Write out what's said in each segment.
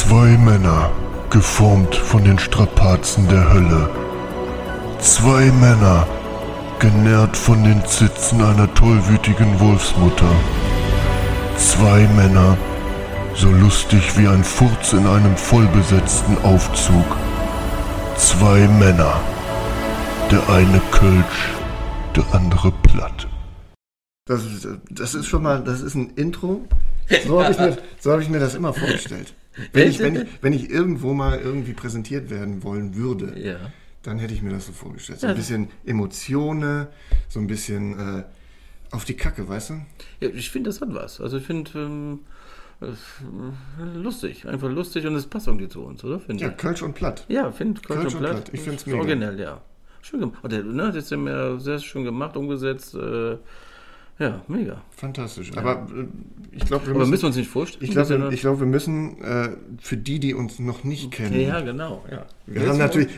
Zwei Männer, geformt von den Strapazen der Hölle. Zwei Männer, genährt von den Zitzen einer tollwütigen Wolfsmutter. Zwei Männer, so lustig wie ein Furz in einem vollbesetzten Aufzug. Zwei Männer, der eine Kölsch, der andere platt. Das ist schon mal, das ist ein Intro. So habe ich mir das immer vorgestellt. Wenn ich irgendwo mal irgendwie präsentiert werden wollen würde, Ja. dann hätte ich mir das so vorgestellt. So ein bisschen Emotionen, so ein bisschen auf die Kacke, weißt du? Ja, ich finde, das hat was. Also ich finde lustig, einfach lustig und es passt irgendwie zu uns, oder? Ja, Kölsch und Platt. Ja, finde Kölsch und Platt. Ich finde es ist mega. originell, ja. Schön gemacht. Das ist ja mir sehr schön gemacht, umgesetzt. Ja, mega. Fantastisch. Ja. Aber ich glaube, Aber müssen wir uns nicht vorstellen? Ich glaube, wir müssen für die uns noch nicht kennen. Ja, genau. Ja. Wir haben natürlich,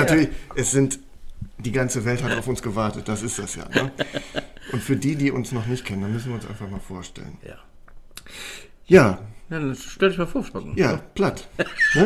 die ganze Welt hat auf uns gewartet, das ist das ja. Ne? Und für die uns noch nicht kennen, dann müssen wir uns einfach mal vorstellen. Ja. Ja. Ja, dann stell dich mal vor, Spacken. Ja, Platt. Ne?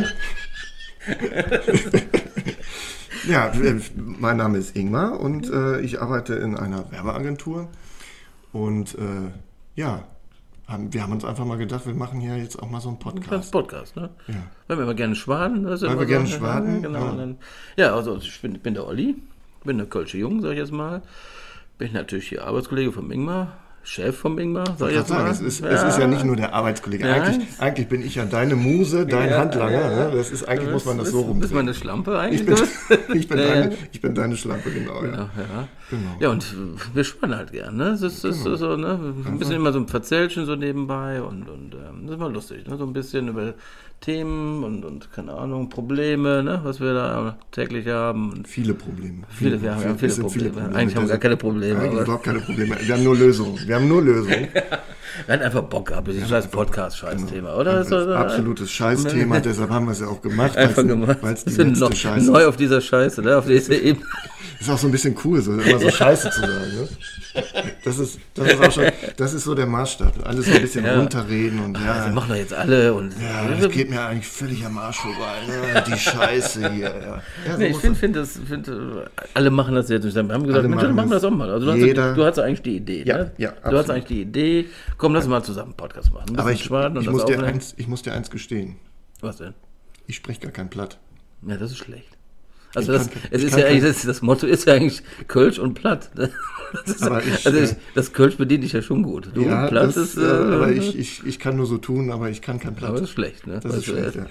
Ja, mein Name ist Ingmar und ich arbeite in einer Werbeagentur. Und wir haben uns einfach mal gedacht, wir machen hier jetzt auch mal so einen Podcast. Ne? Ja. Weil wir immer gerne schwaden. Weil wir gerne schwaden. Genau. Ja. Und dann, ja, also ich bin der Olli, bin der Kölsche Jung, sag ich jetzt mal. Bin natürlich hier Arbeitskollege vom Ingmar, Chef vom Ingmar, sag ich jetzt mal. Es ist ja nicht nur der Arbeitskollege. Ja. Eigentlich bin ich ja deine Muse, dein Handlanger. Ne? Das ist, eigentlich muss man das so rum. Bist du eine Schlampe eigentlich? Ich bin deine Schlampe, genau. Ja. Genau. Ja, und wir spannen halt gern, ne? Das ist so, ne? Ein bisschen immer so ein Verzählchen so nebenbei und das ist immer lustig, ne? So ein bisschen über Themen und keine Ahnung, Probleme, ne? Was wir da täglich haben. Und viele Probleme. Wir haben viele Probleme. Eigentlich haben wir gar keine Probleme. Eigentlich überhaupt keine Probleme. Wir haben nur Lösungen. Wir hatten einfach Bock gehabt, dieses scheiß Podcast-Scheiß-Thema, oder? Das ist ein absolutes Scheiß-Thema, deshalb haben wir es ja auch gemacht. Weil es die sind letzte noch Scheiße ist. neu auf dieser Scheiße, ne? Auf dieser Ebene. Ist auch so ein bisschen cool, so immer so Scheiße zu sagen. Ne? Das ist so der Maßstab. Alles so ein bisschen runterreden und Wir machen doch jetzt alle und. Ja, das geht mir eigentlich völlig am Arsch vorbei. Ne? Die Scheiße hier. Ja, so nee, ich finde, alle machen das jetzt. Wir haben gesagt, Mensch, dann machen wir das auch mal. Also du hast eigentlich die Idee. Ja, ne? ja, du hast eigentlich die Idee. Komm, lass uns mal zusammen einen Podcast machen. Aber ich muss dir eins gestehen. Was denn? Ich spreche gar kein Platt. Ja, das ist schlecht. Also das Motto ist ja eigentlich Kölsch und Platt. Das Kölsch bediene ich ja schon gut. Du, ja, Platt aber ich kann nur so tun, aber ich kann kein Platt. Aber das ist schlecht, ne? Das ist schlecht, ja.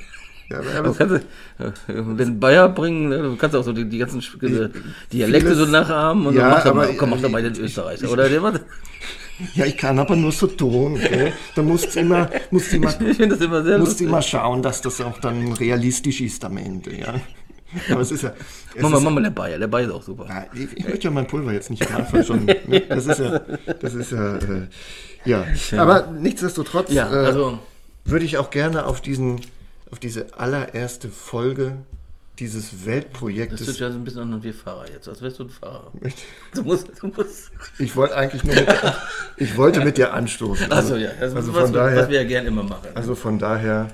Wenn Bayer bringen, ne, du kannst auch so die ganzen Dialekte so nachahmen und dann mach doch mal den Österreicher, oder? Ja, ich kann aber nur so tun, okay? Da musst du immer schauen, dass das auch dann realistisch ist am Ende, ja. Aber es ist ja... Mach mal der Bayer ist auch super. Ja, ich möchte ja mein Pulver jetzt nicht am Anfang schon... Ne? Das ist ja... Aber nichtsdestotrotz würde ich auch gerne auf diese allererste Folge dieses Weltprojektes... Das tut ja so ein bisschen an wie Fahrer jetzt, als wärst du ein Fahrer. Du musst. Ich wollte eigentlich nur mit dir anstoßen. Achso, ja. Also was wir ja gerne immer machen. Also von daher...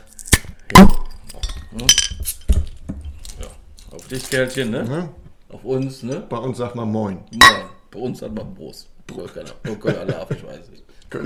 Auf dich, Kerlchen, ne? Ja. Auf uns, ne? Bei uns sagt man Moin. Moin. Bei uns sagt man Prost. Kölner Alarv, ich weiß nicht.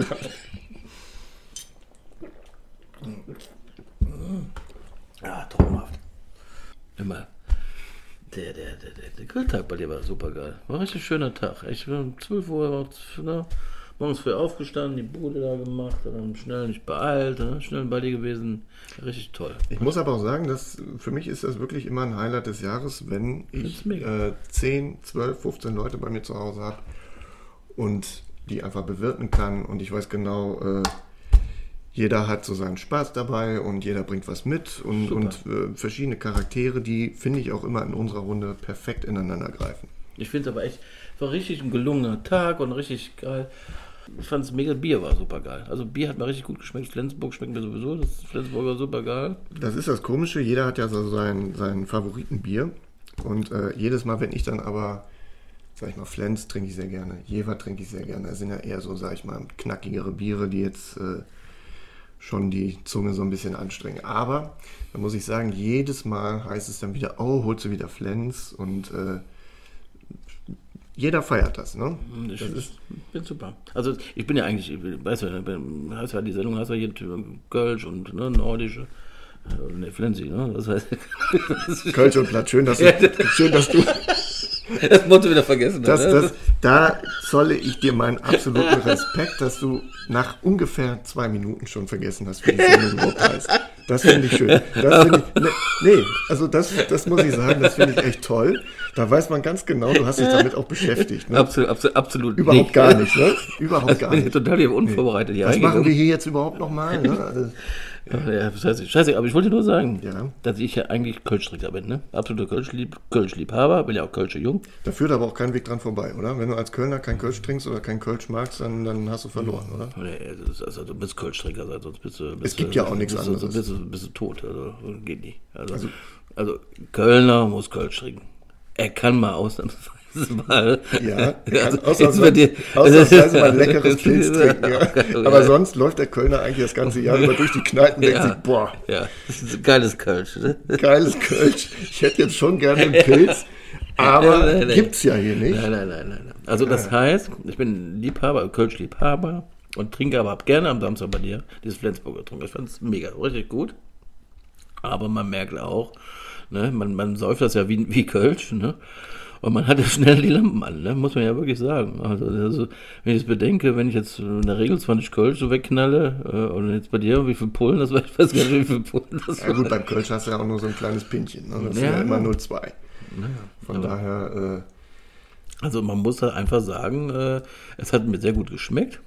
Ja, traumhaft. Immer. Der Grilltag bei dir war super geil. War ein richtig schöner Tag. Ich war um 12 Uhr morgens früh aufgestanden, die Bude da gemacht, dann schnell nicht beeilt, schnell bei dir gewesen. Richtig toll. Ich muss aber auch sagen, dass für mich ist das wirklich immer ein Highlight des Jahres, wenn ich 10, 12, 15 Leute bei mir zu Hause habe und die einfach bewirten kann und ich weiß genau, jeder hat so seinen Spaß dabei und jeder bringt was mit und verschiedene Charaktere, die, finde ich, auch immer in unserer Runde perfekt ineinander greifen. Ich finde es aber echt, war richtig ein gelungener Tag und richtig geil. Ich fand es mega, Bier war super geil. Also Bier hat mir richtig gut geschmeckt. Flensburg schmeckt mir sowieso, das Flensburg war super geil. Das ist das Komische, jeder hat ja so sein Favoritenbier und jedes Mal, wenn ich dann aber, sag ich mal, Flens trinke ich sehr gerne, Jever trinke ich sehr gerne. Das sind ja eher so, sag ich mal, knackigere Biere, die jetzt schon die Zunge so ein bisschen anstrengen. Aber da muss ich sagen, jedes Mal heißt es dann wieder, oh, holst du wieder Flens und jeder feiert das, ne? Ich bin super. Also ich bin ja eigentlich, weißt du, hast ja die Sendung, hast ja hier Kölsch und nordische. Ne, Flensi, ne? Das heißt. Kölsch und Platt, schön, dass du das Motto wieder vergessen hast. Da zolle ich dir meinen absoluten Respekt, dass du nach ungefähr 2 Minuten schon vergessen hast, wie die Sendung überhaupt heißt. Das finde ich schön. Das muss ich sagen, das finde ich echt toll. Da weiß man ganz genau, du hast dich damit auch beschäftigt. Ne? Absolut. Überhaupt nicht. Gar nicht, ne? Überhaupt gar nicht. Total hier unvorbereitet. Was machen wir hier jetzt überhaupt nochmal? Ne? Also, ja, scheiße, aber ich wollte dir nur sagen, ja, dass ich ja eigentlich Kölsch-Trinker bin, ne? Absoluter Kölsch-Liebhaber, bin ja auch Kölscher Jung. Da führt aber auch kein Weg dran vorbei, oder? Wenn du als Kölner kein Kölsch trinkst oder kein Kölsch magst, dann hast du verloren, oder? Nee, also du bist Kölsch-Trinker, sonst bist du... Es gibt ja auch nichts anderes. Bist du tot, also geht nicht. Also Kölner muss Kölsch trinken. Er kann mal ausnahmsweise mal... Ja, ausnahmsweise mal leckeres Pilz trinken, ja. Aber sonst läuft der Kölner eigentlich das ganze Jahr über durch die Kneipen und denkt sich, boah. Ja, das ist ein geiles Kölsch. Ne? Geiles Kölsch. Ich hätte jetzt schon gerne einen Pilz, aber gibt's ja hier nicht. Nein. Also das heißt, ich bin Liebhaber, Kölsch-Liebhaber und trinke aber gerne am Samstag bei dir dieses Flensburger getrunken. Ich fand es mega, richtig gut. Aber man merkt auch, ne, man säuft das ja wie Kölsch, ne? Und man hat ja schnell die Lampen an, ne? Muss man ja wirklich sagen. Also wenn ich es bedenke, wenn ich jetzt in der Regel 20 Kölsch so wegknalle, und jetzt bei dir, wie viel Pullen, ich weiß gar nicht, wie viel Pullen das war. Ja gut, beim Kölsch hast du ja auch nur so ein kleines Pinchen, ne? Das sind ja immer 0,2. Naja, von daher... Also man muss da einfach sagen, es hat mir sehr gut geschmeckt.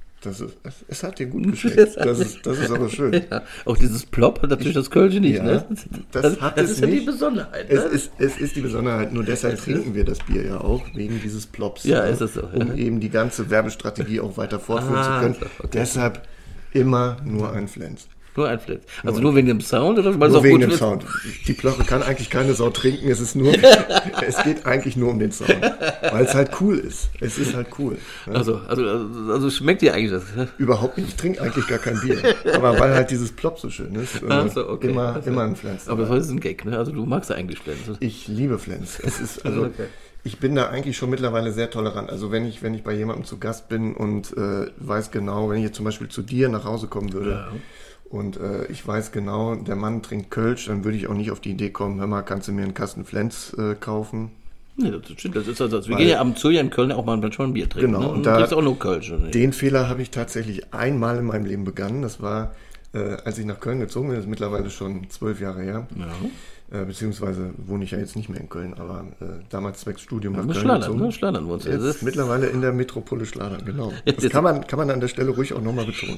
Es hat dir gut geschmeckt. Das ist aber schön. Ja, auch dieses Plop hat natürlich das Kölsch nicht. Ja, Ne? Das ist ja die Besonderheit. Ne? Es ist die Besonderheit, nur deshalb trinken wir das Bier ja auch, wegen dieses Plops. Ja, ist es so. Um eben die ganze Werbestrategie auch weiter fortführen zu können. Okay. Deshalb immer nur ein Flens. Nur ein Flens. Also nur wegen dem Sound? Oder weil nur wegen dem Sound. Die Plörre kann eigentlich keine Sau trinken. Es geht eigentlich nur um den Sound. Weil es halt cool ist. Es ist halt cool. Ja. Also schmeckt dir eigentlich das? Überhaupt nicht. Ich trinke eigentlich gar kein Bier. Aber weil halt dieses Plop so schön ist, okay. immer ein Flens. Aber das ist ein Gag, ne? Also du magst ja eigentlich Flens. Ich liebe Flens. Es ist okay. Ich bin da eigentlich schon mittlerweile sehr tolerant. Also wenn ich bei jemandem zu Gast bin und weiß genau, wenn ich jetzt zum Beispiel zu dir nach Hause kommen würde, ja. Und ich weiß genau, der Mann trinkt Kölsch, dann würde ich auch nicht auf die Idee kommen, hör mal, kannst du mir einen Kasten Flens kaufen? Nee, das stimmt. Das ist also, wir gehen ja ab und zu in Köln auch manchmal ein Bier trinken. Genau. Ne? Und da trinkst auch nur Kölsch. Oder? Den Fehler habe ich tatsächlich einmal in meinem Leben begangen. Das war, als ich nach Köln gezogen bin, das ist mittlerweile schon 12 Jahre her. Ja. Beziehungsweise wohne ich ja jetzt nicht mehr in Köln, aber damals zwecks Studium nach Köln gezogen. Schladern wohnst du. Jetzt mittlerweile in der Metropole Schladern, genau. Das kann man an der Stelle ruhig auch nochmal betonen.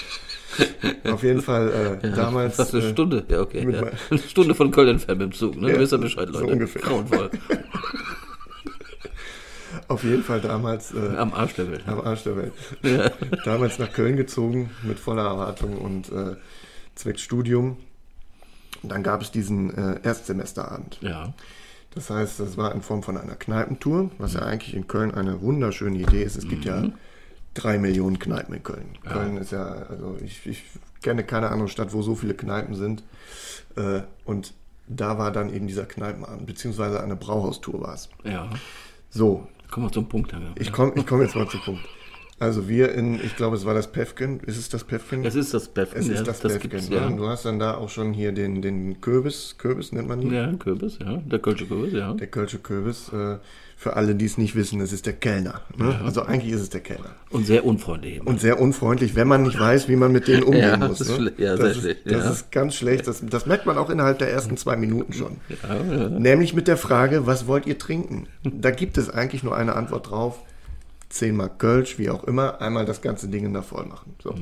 Auf jeden Fall damals... Das ist eine Stunde, ja okay. Ja. Eine Stunde von Köln entfernt mit dem Zug, ne? Ja, du wisst ja Bescheid, Leute. So ungefähr. Grauenvoll. Auf jeden Fall damals... am Arsch der Welt. Am Arsch der Welt. Ja. Damals nach Köln gezogen, mit voller Erwartung und zwecks Studium. Und dann gab es diesen Erstsemesterabend. Ja. Das heißt, das war in Form von einer Kneipentour, was ja eigentlich in Köln eine wunderschöne Idee ist. Es gibt ja 3 Millionen Kneipen in Köln. Ja. Köln ist ja, also ich kenne keine andere Stadt, wo so viele Kneipen sind. Und da war dann eben dieser Kneipenabend, beziehungsweise eine Brauhaustour war es. Ja. So. Komm mal zum Punkt. Ich komm jetzt mal zum Punkt. Also ich glaube, es war das Päffgen. Ist es das Päffgen? Es ist das Päffgen. Es ist das Päffgen. Ja. Du hast dann da auch schon hier den Kürbis nennt man ihn? Ja, Kürbis, ja. Der Kölsche Kürbis, ja. Der Kölsche Kürbis. Für alle, die es nicht wissen, es ist der Kellner. Ne? Ja. Also eigentlich ist es der Kellner. Und sehr unfreundlich. Und sehr unfreundlich, wenn man nicht weiß, wie man mit denen umgehen muss. Das ne? sehr schlecht. Das ist ganz schlecht. Das merkt man auch innerhalb der ersten 2 Minuten schon. Ja. Nämlich mit der Frage, was wollt ihr trinken? Da gibt es eigentlich nur eine Antwort drauf. 10 Mark Kölsch, wie auch immer, einmal das ganze Ding da voll machen. So.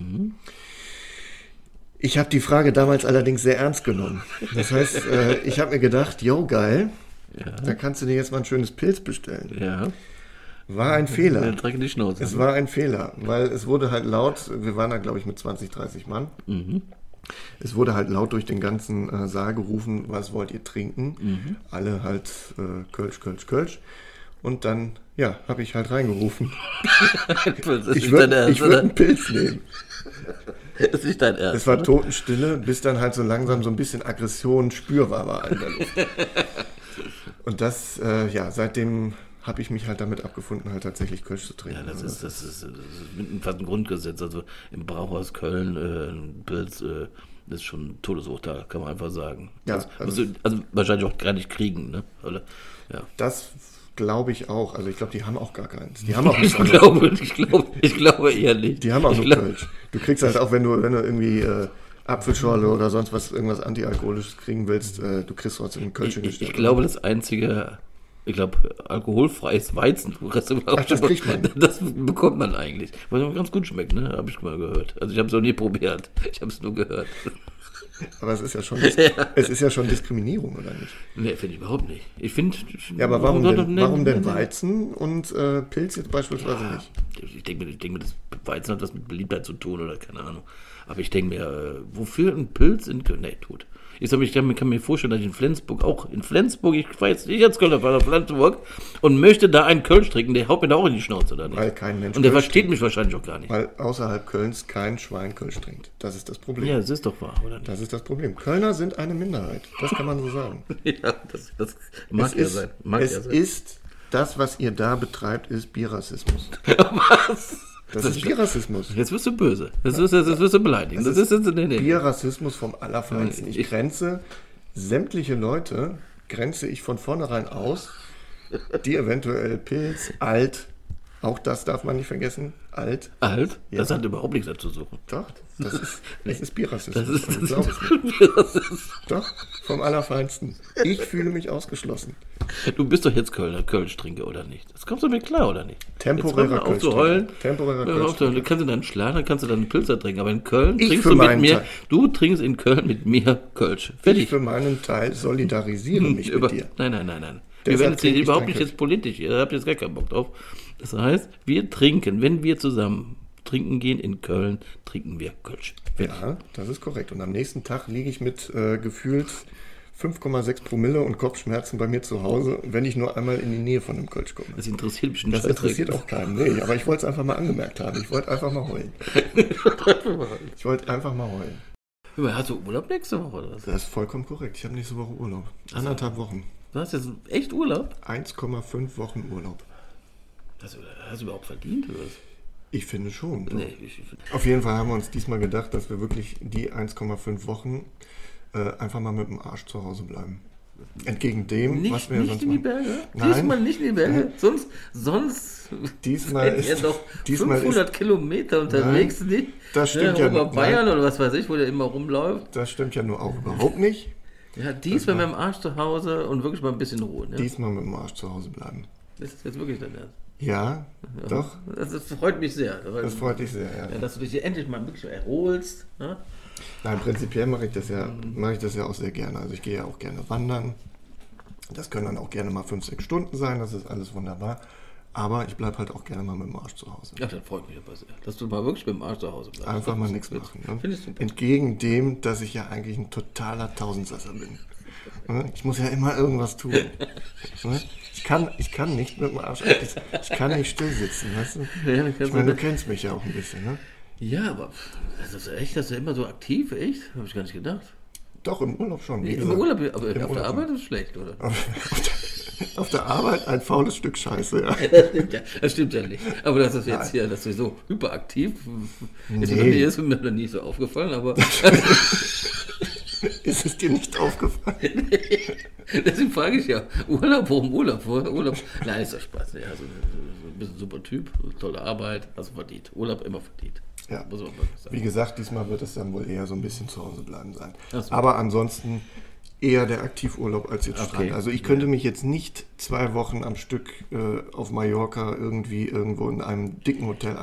Ich habe die Frage damals allerdings sehr ernst genommen. Das heißt, ich habe mir gedacht, jo, geil, da kannst du dir jetzt mal ein schönes Pilz bestellen. Ja. War ein Fehler. Dreck in die Schnauze. Es war ein Fehler, weil es wurde halt laut, wir waren da glaube ich mit 20, 30 Mann, es wurde halt laut durch den ganzen Saal gerufen, was wollt ihr trinken? Alle halt Kölsch, Kölsch, Kölsch. Und dann, habe ich halt reingerufen. Ich würde einen Pilz nehmen. Das ist nicht dein Ernst. Es war Totenstille, bis dann halt so langsam so ein bisschen Aggression spürbar war in der Luft. Und das, seitdem habe ich mich halt damit abgefunden, halt tatsächlich Kölsch zu trinken. Ja, das ist fast ein Grundgesetz. Also im Brauhaus Köln, ein Pilz, das ist schon ein Todesurteil, kann man einfach sagen. Ja, also wahrscheinlich auch gar nicht kriegen, ne? Oder, ja. Das glaube ich auch. Also ich glaube, die haben auch gar keins. Die haben auch nicht. Ich glaube eher nicht. Die haben auch nur Kölsch. Du kriegst halt auch, wenn du irgendwie Apfelschorle oder sonst was, irgendwas Antialkoholisches kriegen willst, du kriegst trotzdem einen Kölsch hingestellt. Ich glaube, das einzige, alkoholfreies Weizen, das kriegt man. Das bekommt man eigentlich. Was auch ganz gut schmeckt, ne? Habe ich mal gehört. Also ich habe es noch nie probiert. Ich habe es nur gehört. Aber es ist ja schon Diskriminierung, oder nicht? Nee, finde ich überhaupt nicht. Ja, aber warum denn Weizen und Pilz jetzt beispielsweise nicht? Ich denke mir, das Weizen hat was mit Beliebtheit zu tun oder keine Ahnung. Aber ich denke mir, wofür ein Pilz in Köln? Nee, tot. Ich kann mir vorstellen, dass ich in Flensburg, ich fahre jetzt nicht als Kölner, fahre nach Flensburg und möchte da einen Kölsch trinken, der haut mir da auch in die Schnauze, oder nicht? Weil kein Mensch und der versteht mich wahrscheinlich auch gar nicht. Weil außerhalb Kölns kein Schwein Kölsch trinkt. Das ist das Problem. Ja, das ist doch wahr, oder nicht? Das ist das Problem. Kölner sind eine Minderheit. Das kann man so sagen. Ja, das mag ja sein. Das, was ihr da betreibt, ist Bierrassismus. Was? Das ist Bierrassismus. Jetzt wirst du böse. Jetzt wirst du beleidigt. Das ist Bierrassismus vom Allerfeinsten. Ich grenze sämtliche Leute, von vornherein aus, die eventuell Pilz, alt, auch das darf man nicht vergessen, alt. Alt? Ja. Das hat überhaupt nichts dazu zu suchen. Das ist Bierrassismus. Das ist Bierrassismus. Doch, vom Allerfeinsten. Ich fühle mich ausgeschlossen. Du bist doch jetzt Kölsch-Trinker, oder nicht? Das kommst du mir klar, oder nicht? Temporärer Kölsch. Du kannst in deinen Schlager, kannst du dann einen Pilzer trinken, aber in Köln trinkst du mit mir, du trinkst in Köln mit mir Kölsch. Fertig. Ich für meinen Teil solidarisiere mich mit dir. Nein. Wir werden jetzt überhaupt nicht jetzt politisch, da habt ihr jetzt gar keinen Bock drauf. Das heißt, wir trinken, wenn wir zusammen trinken gehen in Köln, trinken wir Kölsch. Ja, das ist korrekt. Und am nächsten Tag liege ich mit gefühlt 5,6 Promille und Kopfschmerzen bei mir zu Hause, wenn ich nur einmal in die Nähe von einem Kölsch komme. Das interessiert mich nicht. Das interessiert auch keinen. Nee, aber ich wollte es einfach mal angemerkt haben. Ich wollte einfach mal heulen. Hast du Urlaub nächste Woche oder was? Das ist vollkommen korrekt. Ich habe nächste Woche Urlaub. 1,5 Wochen. Du hast jetzt echt Urlaub? 1,5 Wochen Urlaub. Hast du überhaupt verdient oder was? Ich finde schon. Nee, Auf jeden Fall haben wir uns diesmal gedacht, dass wir wirklich die 1,5 Wochen einfach mal mit dem Arsch zu Hause bleiben. Entgegen dem, was wir sonst nicht in die Berge? Nein. Diesmal nicht in die Berge? Sonst diesmal ist doch 500 Kilometer unterwegs. Nein, das stimmt ja über Bayern oder was weiß ich, wo der immer rumläuft. Das stimmt ja nur auch überhaupt nicht. Ja, diesmal mit dem Arsch zu Hause und wirklich mal ein bisschen Ruhe. Ne? Diesmal mit dem Arsch zu Hause bleiben. Das ist jetzt wirklich dein Ernst? Ja, doch. Das freut mich sehr. Das freut dich sehr, ja. Dass du dich hier endlich mal wirklich erholst. Ne? Nein, prinzipiell mache ich das ja auch sehr gerne. Also ich gehe ja auch gerne wandern. Das können dann auch gerne mal 5-6 Stunden sein, das ist alles wunderbar. Aber ich bleibe halt auch gerne mal mit dem Arsch zu Hause. Ja, dann freut mich aber sehr, dass du mal wirklich mit dem Arsch zu Hause bleibst. Einfach mal nichts machen. Ne? Finde ich super. Entgegen dem, dass ich ja eigentlich ein totaler Tausendsasser bin. Ich muss ja immer irgendwas tun. Ich kann nicht mit dem Arsch, ich kann nicht still sitzen, weißt du? Ja, ich meine, du kennst mich ja auch ein bisschen, ne? Ja, aber das ist echt, dass du immer so aktiv, echt? Habe ich gar nicht gedacht. Doch, im Urlaub schon. Nee, im Urlaub, aber auf der Arbeit ist es schlecht, oder? Auf der Arbeit ein faules Stück Scheiße, ja. Das stimmt ja nicht. Aber das ist jetzt hier, dass du so hyperaktiv ist mir noch nie so aufgefallen, aber... Ist es dir nicht aufgefallen? Deswegen frage ich ja, warum Urlaub? Nein, ist doch Spaß. Ja, also, ein bisschen super Typ, tolle Arbeit, also verdient. Urlaub immer verdient. Ja, wie gesagt, diesmal wird es dann wohl eher so ein bisschen zu Hause bleiben sein. So. Aber ansonsten eher der Aktivurlaub als jetzt Strand. Also ich könnte mich jetzt nicht 2 Wochen am Stück auf Mallorca irgendwo in einem dicken Hotel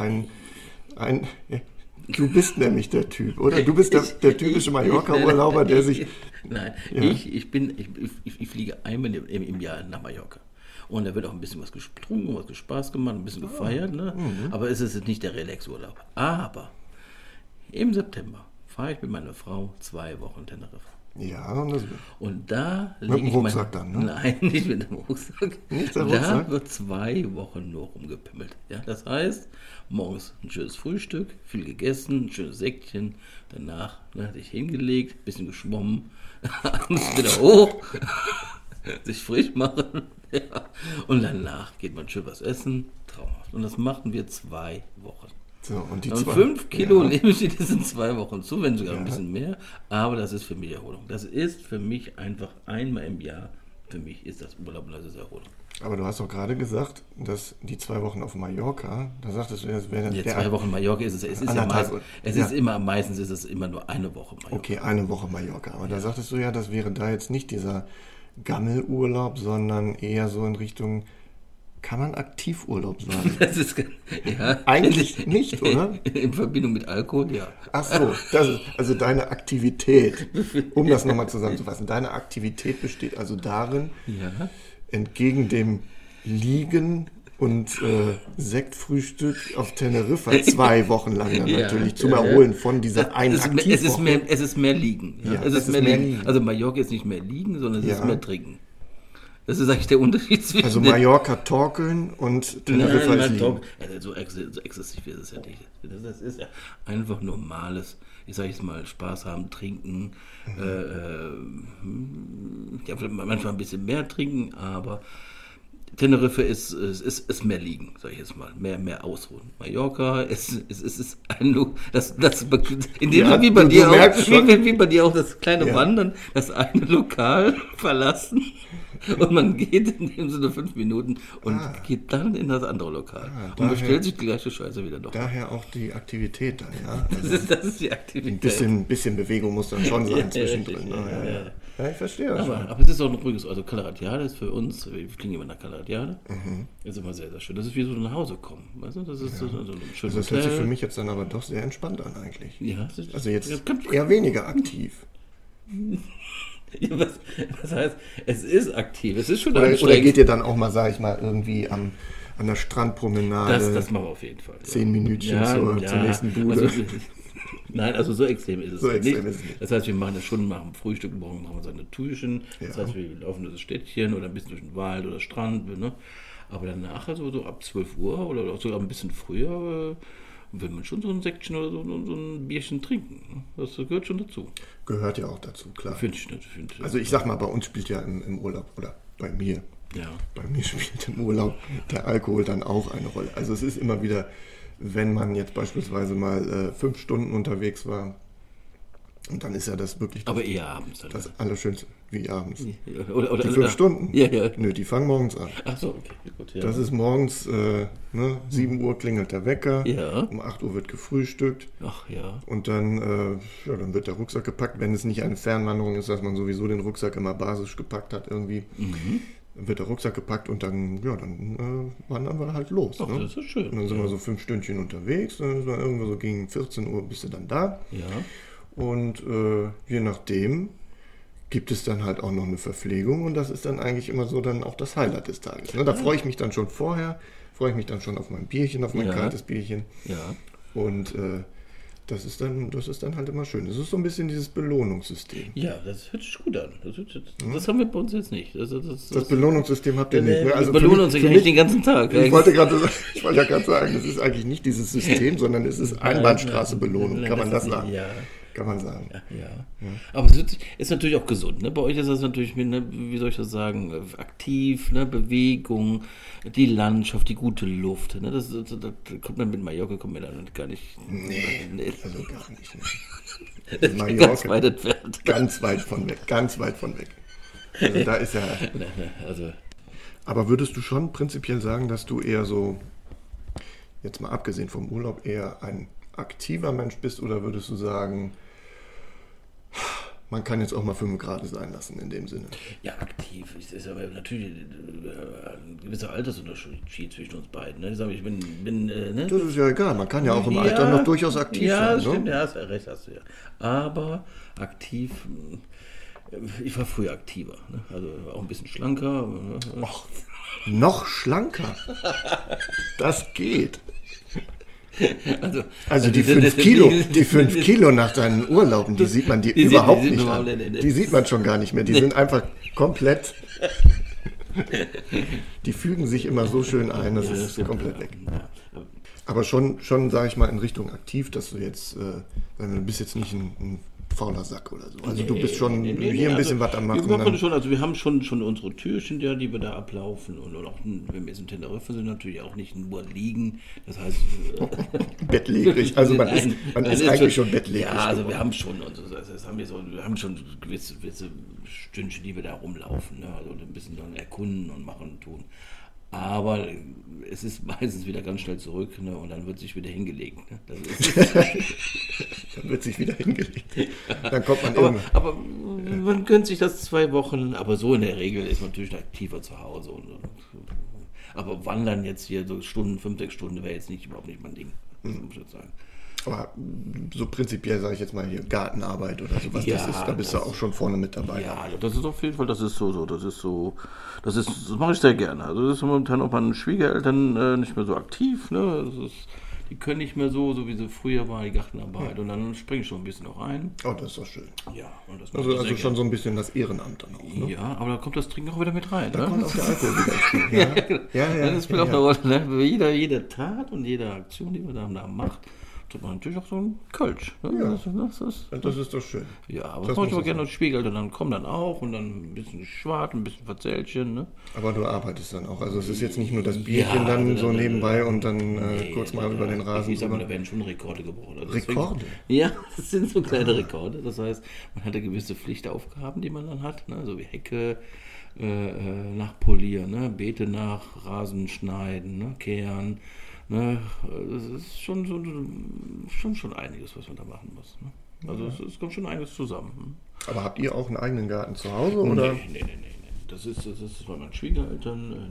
Du bist nämlich der Typ, oder? Du bist der typische Mallorca-Urlauber, der sich... Nein, ja. ich fliege einmal im Jahr nach Mallorca. Und da wird auch ein bisschen was getrunken, was Spaß gemacht, ein bisschen gefeiert. Ne? Mhm. Aber es ist nicht der Relax-Urlaub. Aber im September fahre ich mit meiner Frau 2 Wochen Teneriffa. Ja, und da mit dem Rucksack dann, ne? Nein, nicht mit dem Rucksack. Nicht der Rucksack? Da wird 2 Wochen nur rumgepimmelt. Ja, das heißt, morgens ein schönes Frühstück, viel gegessen, ein schönes Säckchen. Danach hatte ich hingelegt, bisschen geschwommen, abends wieder hoch, sich frisch machen. Ja. Und danach geht man schön was essen. Traumhaft. Und das machen wir 2 Wochen. So, und die 5 Kilo Leberstedt sind 2 Wochen zu, wenn sogar ein bisschen mehr. Aber das ist für mich Erholung. Das ist für mich einfach einmal im Jahr. Für mich ist das Urlaub und das ist Erholung. Aber du hast doch gerade gesagt, dass die 2 Wochen auf Mallorca, da sagtest du, das wäre... Ja, 2 Wochen Mallorca ist es. Es ist ja meistens ist es immer nur eine Woche Mallorca. Okay, eine Woche Mallorca. Aber da sagtest du ja, das wäre da jetzt nicht dieser Gammelurlaub, sondern eher so in Richtung... Kann man Aktivurlaub sagen? Das ist, ja, eigentlich nicht, oder? In Verbindung mit Alkohol, ja. Ach so, das ist also deine Aktivität, um das nochmal zusammenzufassen. Deine Aktivität besteht also darin, entgegen dem Liegen und Sektfrühstück auf Teneriffa 2 Wochen lang dann natürlich zum Erholen von dieser einen Aktivwoche. Es ist mehr Liegen. Ja. Es ist mehr Liegen. Also Mallorca ist nicht mehr Liegen, sondern es ist mehr Trinken. Das ist eigentlich der Unterschied zwischen... Also Mallorca torkeln und Teneriffa ist liegen. So exzessiv ist es ja nicht. Das ist ja einfach normales, ich sage jetzt mal, Spaß haben, trinken. Ja, manchmal ein bisschen mehr trinken, aber Teneriffa ist mehr liegen, sage ich jetzt mal. Mehr ausruhen. Mallorca ist ein Look, wie bei dir auch das kleine Wandern, das eine Lokal verlassen. Und man geht in dem Sinne 5 Minuten und geht dann in das andere Lokal. Und bestellt sich die gleiche Scheiße wieder doch. Daher auch die Aktivität dann, ja. Also das ist die Aktivität. Ein bisschen Bewegung muss dann schon sein zwischendrin. Ja, ich verstehe das schon. Aber es ist auch ein ruhiges, also Calaratiada ist für uns, wir fliegen immer nach Calaratiada, ist immer sehr, sehr schön. Das ist wie so nach Hause kommen, weißt du? Das ist so ein schönes Das hört sich für mich jetzt dann aber doch sehr entspannt an eigentlich. Ja. Also jetzt eher weniger aktiv. Ja, was heißt, es ist aktiv, es ist schon anstrengend. Oder geht ihr dann auch mal, sag ich mal, irgendwie an der Strandpromenade? Das machen wir auf jeden Fall. 10 Minütchen zur nächsten Bude. Also so extrem ist es nicht. Das heißt, wir machen das schon nach dem Frühstück, morgen machen wir so eine Türchen. Das heißt, wir laufen durch das Städtchen oder ein bisschen durch den Wald oder Strand. Ne? Aber danach, also so ab 12 Uhr oder auch sogar ein bisschen früher, will man schon so ein Säckchen oder so ein Bierchen trinken. Das gehört schon dazu. Gehört ja auch dazu, klar. Finde ich nicht. Also ich sag mal, bei uns spielt ja im Urlaub, oder bei mir spielt im Urlaub der Alkohol dann auch eine Rolle. Also es ist immer wieder, wenn man jetzt beispielsweise mal 5 Stunden unterwegs war, und dann ist ja das wirklich aber eher abends. Dann das Allerschönste, wie abends. Oder die 5 Stunden? Ja. Nö, die fangen morgens an. Ach so, okay. Gut, ja. Das ist morgens, 7 Uhr klingelt der Wecker, um 8 Uhr wird gefrühstückt. Ach ja. Und dann, dann wird der Rucksack gepackt, wenn es nicht eine Fernwanderung ist, dass man sowieso den Rucksack immer basisch gepackt hat irgendwie. Dann wird der Rucksack gepackt und dann wandern wir halt los. Ach, ne? Das ist schön. Und dann sind wir so 5 Stündchen unterwegs, dann ist man irgendwo so gegen 14 Uhr bist du dann da. Ja. Und je nachdem gibt es dann halt auch noch eine Verpflegung und das ist dann eigentlich immer so dann auch das Highlight des Tages. Ne? Da freue ich mich dann schon vorher, auf mein Bierchen, auf mein kaltes Bierchen. Ja. Und das ist dann halt immer schön. Das ist so ein bisschen dieses Belohnungssystem. Ja, das hört sich gut an. Das haben wir bei uns jetzt nicht. Das Belohnungssystem habt ihr nicht. Ne? Also wir belohnen uns eigentlich den ganzen Tag. Ich wollte ja gerade sagen, das ist eigentlich nicht dieses System, sondern es ist Einbahnstraße-Belohnung. Kann man das sagen? Ja. Kann man sagen. Ja. Aber es ist natürlich auch gesund. Ne? Bei euch ist das natürlich, wie soll ich das sagen, aktiv, ne? Bewegung, die Landschaft, die gute Luft. Ne? Das kommt man mit Mallorca dann gar nicht. Nee. Also gar nicht. Ne? Mallorca, ganz weit von weg. Also da ist ja... Aber würdest du schon prinzipiell sagen, dass du eher so, jetzt mal abgesehen vom Urlaub, eher ein aktiver Mensch bist oder würdest du sagen, man kann jetzt auch mal 5 Grad sein lassen in dem Sinne? Ja, aktiv. Es ist aber natürlich ein gewisser Altersunterschied zwischen uns beiden. Ne? Ich bin ne? Das ist ja egal, man kann ja auch im Alter noch durchaus aktiv sein. Ja, stimmt, ja, recht hast du ja. Aber aktiv, ich war früher aktiver. Ne? Also auch ein bisschen schlanker. Och, noch schlanker? Das geht. Also die 5 Kilo nach deinen Urlauben, die sieht man überhaupt nicht an. Die sieht man schon gar nicht mehr. Die sind einfach komplett... Die fügen sich immer so schön ein, das ist komplett weg. Aber schon sage ich mal, in Richtung aktiv, dass du jetzt, du bist jetzt nicht ein fauler Sack oder so. Also du bist schon hier ein bisschen was am Machen. Wir haben schon unsere Türchen, die wir da ablaufen. Und auch, wenn wir jetzt in Teneriffa sind, natürlich auch nicht nur liegen. Das heißt... bettlägerig. Also man ist eigentlich schon bettlägerig. Ja, also wir haben schon, wir haben schon gewisse Stündchen, die wir da rumlaufen. Ne? Also ein bisschen dann erkunden und machen und tun. Aber es ist meistens wieder ganz schnell zurück, ne? Und dann wird sich wieder hingelegt. Ne? Dann wird sich wieder hingelegt. Dann kommt man irgendwann. Aber man gönnt sich das 2 Wochen, aber so in der Regel ist man natürlich aktiver zu Hause. Aber wandern jetzt hier so 5, 6 Stunden wäre jetzt überhaupt nicht mein Ding, muss ich jetzt sagen. Aber so prinzipiell sage ich jetzt mal hier Gartenarbeit oder sowas, da bist du auch schon vorne mit dabei. Ja, das ist auf jeden Fall, das mache ich sehr gerne. Also das ist momentan auch meine Schwiegereltern nicht mehr so aktiv, ne? Die können nicht mehr so wie sie früher war, die Gartenarbeit. Und dann springe ich schon ein bisschen noch ein. Oh, das ist doch schön. Ja. Und das also schon so ein bisschen das Ehrenamt dann auch, ne? Ja, aber da kommt das Trinken auch wieder mit rein. Da kommt auch der Alkohol wieder ins Spiel. Ja. Das spielt auch eine Rolle. Ne? Jede Tat und jede Aktion, die man da macht, tut man natürlich auch so ein Kölsch. Ne? Ja, das ist doch schön. Ja, aber das mache ich aber gerne als Schwiegereltern. Dann kommen dann auch und dann ein bisschen Schwart, ein bisschen Verzählchen. Ne? Aber du arbeitest dann auch. Also es ist jetzt nicht nur das Bierchen dann so nebenbei und dann kurz mal über den Rasen. Ich sag mal, da werden schon Rekorde gebrochen. Also Rekorde? Ja, das sind so kleine Rekorde. Das heißt, man hatte gewisse Pflichtaufgaben, die man dann hat. Ne? So wie Hecke nachpolieren, ne? Beete nach, Rasen schneiden, ne? Kehren. Ne, das ist schon einiges, was man da machen muss. Ne? Also es kommt schon einiges zusammen. Aber habt ihr auch einen eigenen Garten zu Hause? Oder? Nee. Das ist bei meinen Schwiegereltern.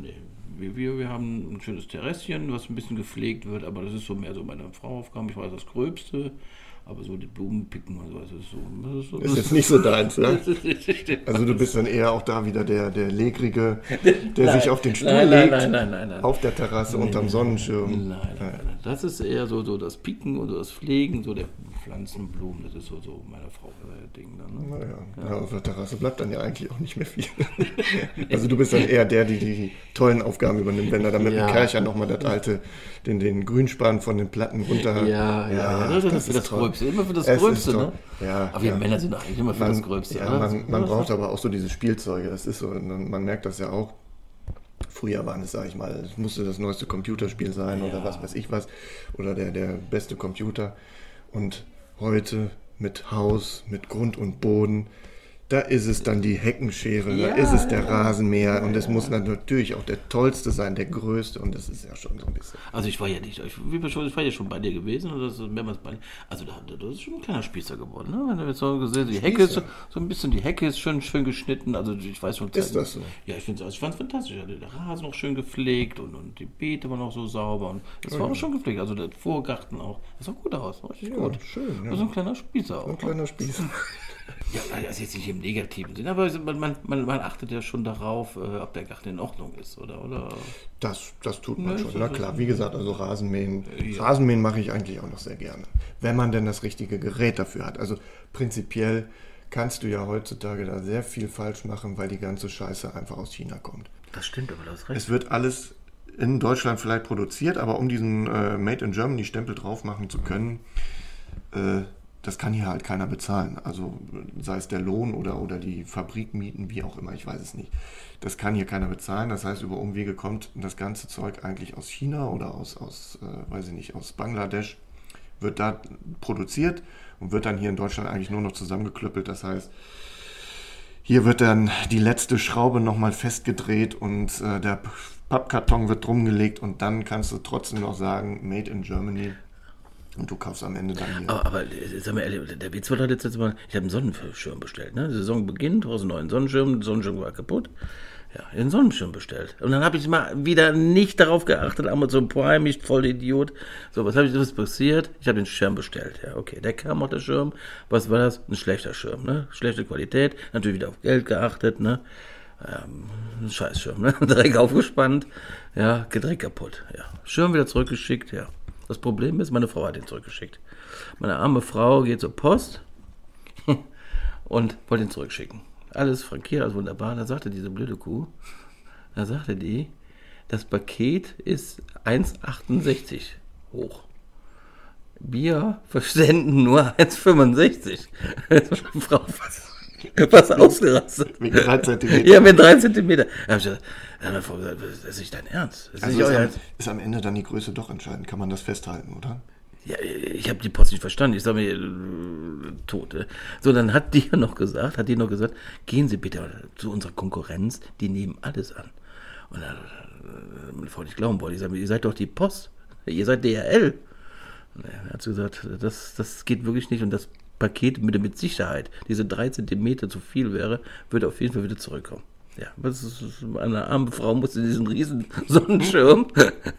Wir haben ein schönes Terrasschen, was ein bisschen gepflegt wird, aber das ist so mehr so meine Frauaufgaben. Ich weiß das Gröbste. Aber so die Blumen picken und so, das ist so. Ist jetzt nicht so deins, ne? Also du bist dann eher auch da wieder der Legrige, der sich auf den Stuhl legt, nein. auf der Terrasse unterm Sonnenschirm. Nein. Das ist eher so das Picken und das Pflegen, so der Pflanzenblumen, das ist so meine Frau Ding dann. Ne? Naja, auf der Terrasse bleibt dann ja eigentlich auch nicht mehr viel. Also du bist dann eher der, die tollen Aufgaben übernimmt, wenn er dann mit dem Kercher nochmal das alte, den Grünspan von den Platten runter... Ja, das ist das Gröbste. Immer für das Gröbste, ne? Ja, aber wir Männer sind eigentlich immer für das Gröbste. Ja, man braucht aber auch so diese Spielzeuge. Das ist so, man merkt das ja auch. Früher waren es, sag ich mal, es musste das neueste Computerspiel sein oder was weiß ich was. Oder der beste Computer. Und heute mit Haus, mit Grund und Boden, da ist es dann die Heckenschere, da ist es der Rasenmäher und es muss dann natürlich auch der tollste sein, der größte und das ist ja schon so ein bisschen. Also ich war ja schon bei dir gewesen und das ist mehrmals bei dir. Also das ist schon ein kleiner Spießer geworden, ne? Wenn du jetzt so gesehen, die Hecke ist so ein bisschen, die Hecke ist schön geschnitten, also ich weiß schon. Ist das so? Ja, ich fand es fantastisch. Der Rasen noch schön gepflegt und die Beete waren auch so sauber und das war auch schon gepflegt, also der Vorgarten auch. Das sah gut aus, richtig gut. Schön, ja. So ein kleiner Spießer auch. Ein kleiner Spießer. Ja, das ist jetzt nicht im negativen Sinn, aber man achtet ja schon darauf, ob der Garten in Ordnung ist, oder? Das tut man schon, na klar. Wie gesagt, also Rasenmähen mache ich eigentlich auch noch sehr gerne, wenn man denn das richtige Gerät dafür hat. Also prinzipiell kannst du ja heutzutage da sehr viel falsch machen, weil die ganze Scheiße einfach aus China kommt. Das stimmt, aber das ist recht. Es wird alles in Deutschland vielleicht produziert, aber um diesen Made in Germany Stempel drauf machen zu können, das kann hier halt keiner bezahlen. Also sei es der Lohn oder die Fabrikmieten, wie auch immer, ich weiß es nicht. Das kann hier keiner bezahlen. Das heißt, über Umwege kommt das ganze Zeug eigentlich aus China oder aus Bangladesch, wird da produziert und wird dann hier in Deutschland eigentlich nur noch zusammengeklöppelt. Das heißt, hier wird dann die letzte Schraube nochmal festgedreht und der Pappkarton wird drum gelegt und dann kannst du trotzdem noch sagen, Made in Germany. Und du kaufst am Ende dann hier. Aber sag mal ehrlich, der Witz war halt jetzt mal, ich habe einen Sonnenschirm bestellt. Ne? Die Saison beginnt, du hast einen neuen Sonnenschirm, der Sonnenschirm war kaputt. Ja, einen Sonnenschirm bestellt. Und dann habe ich mal wieder nicht darauf geachtet, Amazon Prime, ich voll Idiot. So, was passiert? Ich habe den Schirm bestellt. Ja, okay, der kam auch, der Schirm. Was war das? Ein schlechter Schirm, ne? Schlechte Qualität, natürlich wieder auf Geld geachtet, ne? Ein Scheißschirm, ne? Direkt aufgespannt, ja, Dreck kaputt, ja. Schirm wieder zurückgeschickt, ja. Das Problem ist, meine Frau hat ihn zurückgeschickt. Meine arme Frau geht zur Post und wollte ihn zurückschicken. Alles frankiert, alles wunderbar. Da sagte diese blöde Kuh, das Paket ist 1,68 hoch. Wir versenden nur 1,65. Frau, was ausgerastet. Wegen 3 Zentimeter. Ja, mit 3 Zentimeter. Da habe ich gesagt, das ist nicht dein Ernst. Das ist Also nicht euer Ernst. ist am Ende dann die Größe doch entscheidend. Kann man das festhalten, oder? Ja, ich habe die Post nicht verstanden. Ich sage mir, tot. So, dann hat die noch gesagt, gehen Sie bitte zu unserer Konkurrenz, die nehmen alles an. Und dann, bevor ich glauben wollte, ich sage, ihr seid doch die Post, ihr seid DHL. Und er hat gesagt, das geht wirklich nicht und das Paket mit Sicherheit, diese 3 Zentimeter zu viel wäre, würde auf jeden Fall wieder zurückkommen. Ja, eine arme Frau musste diesen riesen Sonnenschirm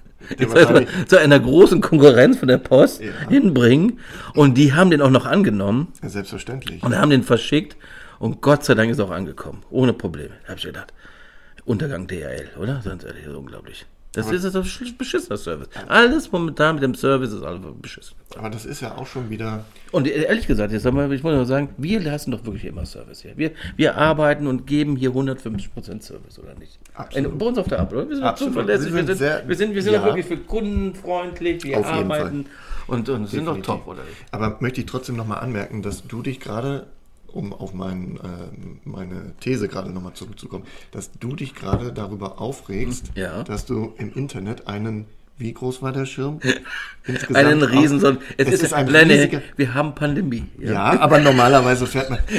zu einer großen Konkurrenz von der Post hinbringen und die haben den auch noch angenommen. Ja, selbstverständlich. Und haben den verschickt und Gott sei Dank ist er auch angekommen, ohne Probleme. Da habe ich gedacht, Untergang DHL, oder? Ganz ehrlich, das ist unglaublich. Das ist ein beschissener Service. Alles momentan mit dem Service ist einfach beschissen. Aber das ist ja auch schon wieder... Und ehrlich gesagt, ich muss nur sagen, wir lassen doch wirklich immer Service hier. Wir arbeiten und geben hier 150% Service, oder nicht? Absolut. Bei uns auf der Arbeit, oder? Wir sind zuverlässig, wir sind auch wirklich für Kunden freundlich, wir arbeiten und sind doch top, oder nicht? Aber möchte ich trotzdem nochmal anmerken, dass du dich gerade, um auf meine These gerade nochmal zurückzukommen, dass du dich gerade darüber aufregst, dass du im Internet wie groß war der Schirm? Insgesamt einen riesen, es ist ein riesiger, wir haben Pandemie. Ja, aber normalerweise fährt man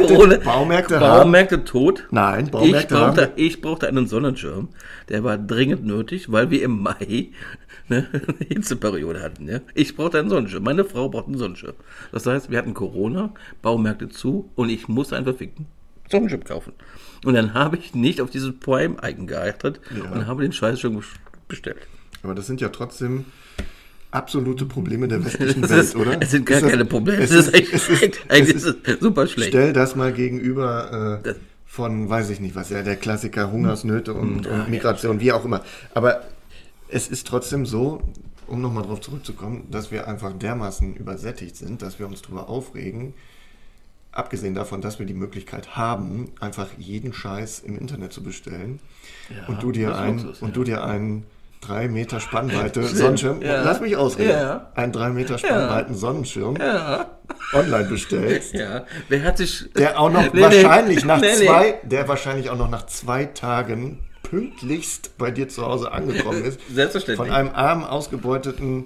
Baumärkte tot. Nein, ich brauchte einen Sonnenschirm, der war dringend nötig, weil wir im Mai eine Hitzeperiode hatten. Ja? Ich brauchte einen Sonnenschirm, meine Frau brauchte einen Sonnenschirm. Das heißt, wir hatten Corona, Baumärkte zu und ich musste einen verfickten Sonnenschirm kaufen. Und dann habe ich nicht auf dieses Prime-Icon geachtet und habe den Scheißschirm bestellt. Aber das sind ja trotzdem absolute Probleme der westlichen Welt, oder? Es sind gar keine Probleme. Es ist eigentlich super schlecht. Stell das mal gegenüber von, weiß ich nicht was, ja, der Klassiker Hungersnöte und Migration, wie auch immer. Aber es ist trotzdem so, um nochmal drauf zurückzukommen, dass wir einfach dermaßen übersättigt sind, dass wir uns darüber aufregen, abgesehen davon, dass wir die Möglichkeit haben, einfach jeden Scheiß im Internet zu bestellen und du dir einen 3 Meter Spannweite Sonnenschirm, lass mich ausreden, einen 3 Meter Spannweiten Sonnenschirm online bestellst, Wer hat sich, der auch noch wahrscheinlich auch noch nach 2 Tagen pünktlichst bei dir zu Hause angekommen ist, selbstverständlich, von einem armen, ausgebeuteten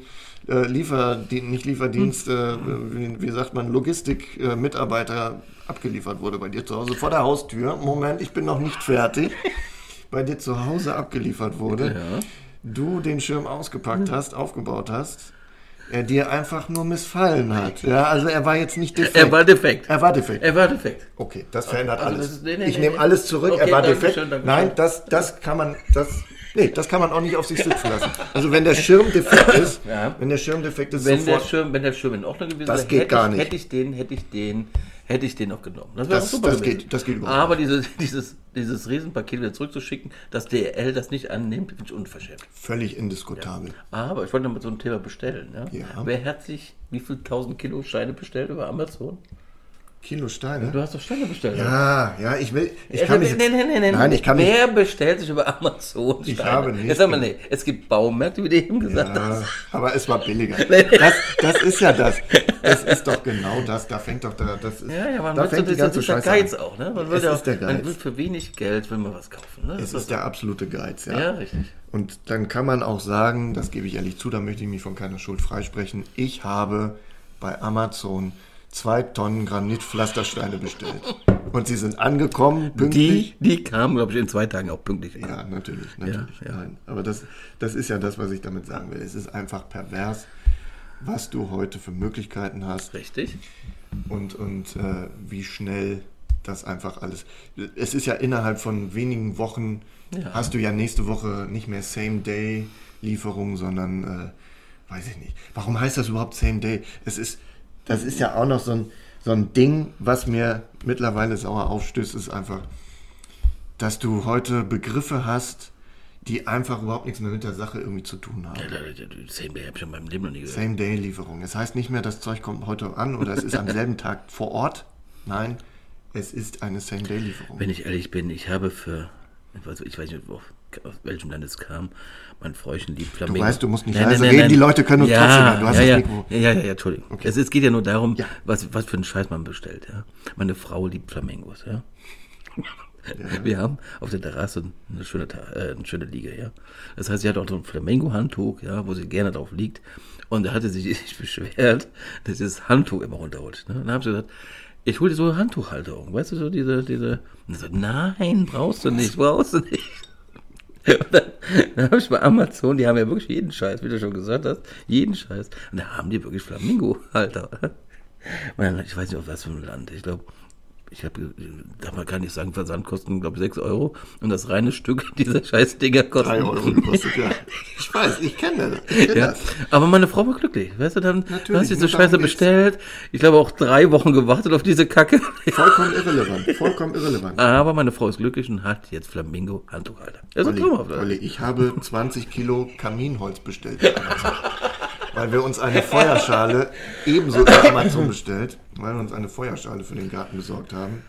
Logistik-Mitarbeiter abgeliefert wurde bei dir zu Hause vor der Haustür. Moment, ich bin noch nicht fertig. Bei dir zu Hause abgeliefert wurde. Du den Schirm ausgepackt hast, aufgebaut hast, er dir einfach nur missfallen hat. Ja, also er war jetzt nicht defekt. Er war defekt. Okay, das verändert alles. Ich nehme alles zurück, er war defekt. Nein, das kann man auch nicht auf sich sitzen lassen. Also wenn der Schirm defekt ist, wenn der Schirm in Ordnung gewesen wäre, das geht gar nicht. Hätte ich den noch genommen. Das wäre super gewesen. Das geht überhaupt aber dieses Riesenpaket wieder zurückzuschicken, dass DHL das nicht annimmt, finde ich unverschämt. Völlig indiskutabel. Ja. Aber ich wollte noch mal so ein Thema bestellen. Ja? Wer hat sich wie viel 1000 Kilo Steine bestellt über Amazon? Kilo Steine? Du hast doch Steine bestellt. Ja, ich kann nicht. Nein, ich kann nicht. Wer bestellt sich über Amazon Steine? Ich habe nicht. Jetzt sag mal, es gibt Baumärkte, wie du eben gesagt hast. Aber es war billiger. Das ist ja das. Das ist doch genau das. Da fängt doch das ist. Da fängt die ganze Scheiße an. Geiz auch, ne? Es ist der Geiz. Man will für wenig Geld was kaufen, ne? Es ist der absolute Geiz, ja. Ja, richtig. Und dann kann man auch sagen, das gebe ich ehrlich zu, da möchte ich mich von keiner Schuld freisprechen. Ich habe bei Amazon 2 Tonnen Granitpflastersteine bestellt. Und sie sind angekommen, pünktlich. Die kamen, glaube ich, in 2 Tagen auch pünktlich. Ja, natürlich. Nein. Aber das ist ja das, was ich damit sagen will. Es ist einfach pervers, was du heute für Möglichkeiten hast. Richtig. Und wie schnell das einfach alles... Es ist ja innerhalb von wenigen Wochen, hast du ja nächste Woche nicht mehr Same-Day-Lieferung, sondern, weiß ich nicht. Warum heißt das überhaupt Same-Day? Das ist ja auch noch so ein Ding, was mir mittlerweile sauer aufstößt, ist einfach, dass du heute Begriffe hast, die einfach überhaupt nichts mehr mit der Sache irgendwie zu tun haben. Same Day habe ich schon in meinem Leben noch nie gehört. Same-Day-Lieferung. Das heißt nicht mehr, das Zeug kommt heute an oder es ist am selben Tag vor Ort. Nein, es ist eine Same-Day-Lieferung. Wenn ich ehrlich bin, ich habe ich weiß nicht, aus welchem Land es kam, mein Fräuchen liebt Flamingo. Du weißt, du musst nicht leise reden, die Leute können uns trotzdem hören. Du hast das Mikro. Ja, Entschuldigung. Okay. Es geht ja nur darum, was für einen Scheiß man bestellt. Ja? Meine Frau liebt Flamingos. Ja? Ja. Wir haben auf der Terrasse eine schöne Liege. Ja? Das heißt, sie hat auch so ein Flamingo-Handtuch, ja, wo sie gerne drauf liegt. Und da hatte sie sich beschwert, dass sie das Handtuch immer runterrutscht. Ne? Dann haben sie gesagt, ich hole dir so eine Handtuchhalterung. Weißt du, so diese. Und so, nein, brauchst du nicht. Und dann habe ich bei Amazon, die haben ja wirklich jeden Scheiß, wie du schon gesagt hast, jeden Scheiß. Und da haben die wirklich Flamingo-Halter. Ich weiß nicht, auf was für ein Land. Ich glaube, darf man gar nicht sagen, Versandkosten, glaube ich, 6 Euro. Und das reine Stück dieser Scheiß-Dinger kostet 3 Euro gekostet, ja. Ich weiß, ich kenne das. Aber meine Frau war glücklich. Weißt du, dann hast du diese Scheiße bestellt. Ich glaube auch 3 Wochen gewartet auf diese Kacke. Vollkommen irrelevant. Aber meine Frau ist glücklich und hat jetzt Flamingo-Handtuchhalter. Olli, ich habe 20 Kilo Kaminholz bestellt. Weil wir uns eine Feuerschale ebenso bei Amazon bestellt, weil wir uns eine Feuerschale für den Garten besorgt haben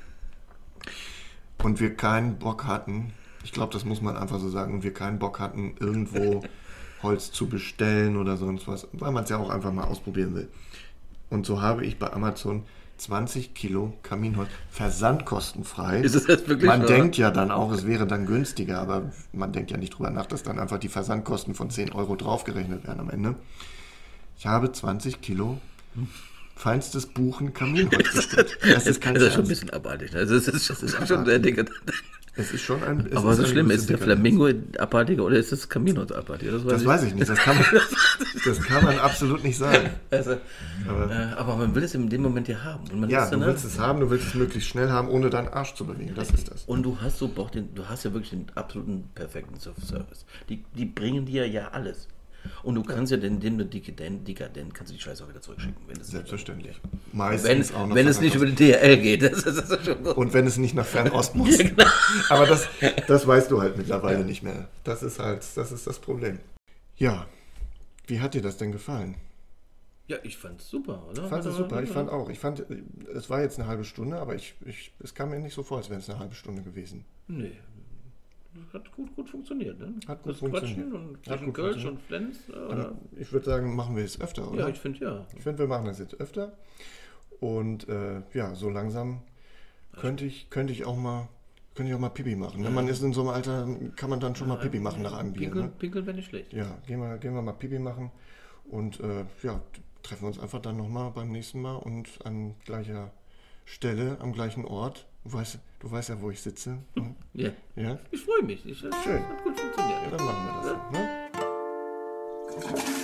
und wir keinen Bock hatten, ich glaube, das muss man einfach so sagen, und wir keinen Bock hatten, irgendwo Holz zu bestellen oder sonst was, weil man es ja auch einfach mal ausprobieren will. Und so habe ich bei Amazon 20 Kilo Kaminholz, versandkostenfrei. Ist es jetzt wirklich Man denkt ja dann auch, es wäre dann günstiger, aber man denkt ja nicht drüber nach, dass dann einfach die Versandkosten von 10 Euro draufgerechnet werden am Ende. Ich habe 20 Kilo feinstes Buchen Kaminholz bestellt. Das ist schon ein bisschen abartig. Also es ist schon sehr dick. Es ist schon ein... Aber so schlimm, ist der Flamingo abartiger oder ist das Kaminholz abartiger? Das weiß ich nicht. Das kann man absolut nicht sagen. Also, aber man will es in dem Moment ja haben. Und du willst es haben, du willst es möglichst schnell haben, ohne deinen Arsch zu bewegen. Das ist das. Und du hast ja wirklich den absoluten perfekten Service. Die bringen dir ja alles. Und du kannst ja, indem du dekadent, kannst du die Scheiße auch wieder zurückschicken. Selbstverständlich. Meistens auch noch. Wenn es nicht über die DHL geht. Das ist schon gut. Und wenn es nicht nach Fernost muss. Ja, genau. Aber das weißt du halt mittlerweile nicht mehr. Das ist das Problem. Ja, wie hat dir das denn gefallen? Ja, ich fand's super, oder? Ich fand auch. Es war jetzt eine halbe Stunde, aber es kam mir nicht so vor, als wäre es eine halbe Stunde gewesen. Nee. Hat gut funktioniert, ne? Hat gut funktioniert. Und zwischen Kölsch und Flens. Ich würde sagen, machen wir es öfter, oder? Ja, ich finde ja. Ich finde, wir machen das jetzt öfter. Und so langsam könnte ich auch mal Pipi machen. Ne? Man ist in so einem Alter, kann man dann schon mal Pipi machen nach einem Bier. Pinkeln wäre nicht schlecht. Ja, gehen wir mal Pipi machen. Und treffen wir uns einfach dann nochmal beim nächsten Mal und an gleicher Stelle, am gleichen Ort. Du weißt ja, wo ich sitze. Hm? Ja. Ja. Ich freue mich. Schön. Hat gut funktioniert. Ja, dann machen wir das. Ne?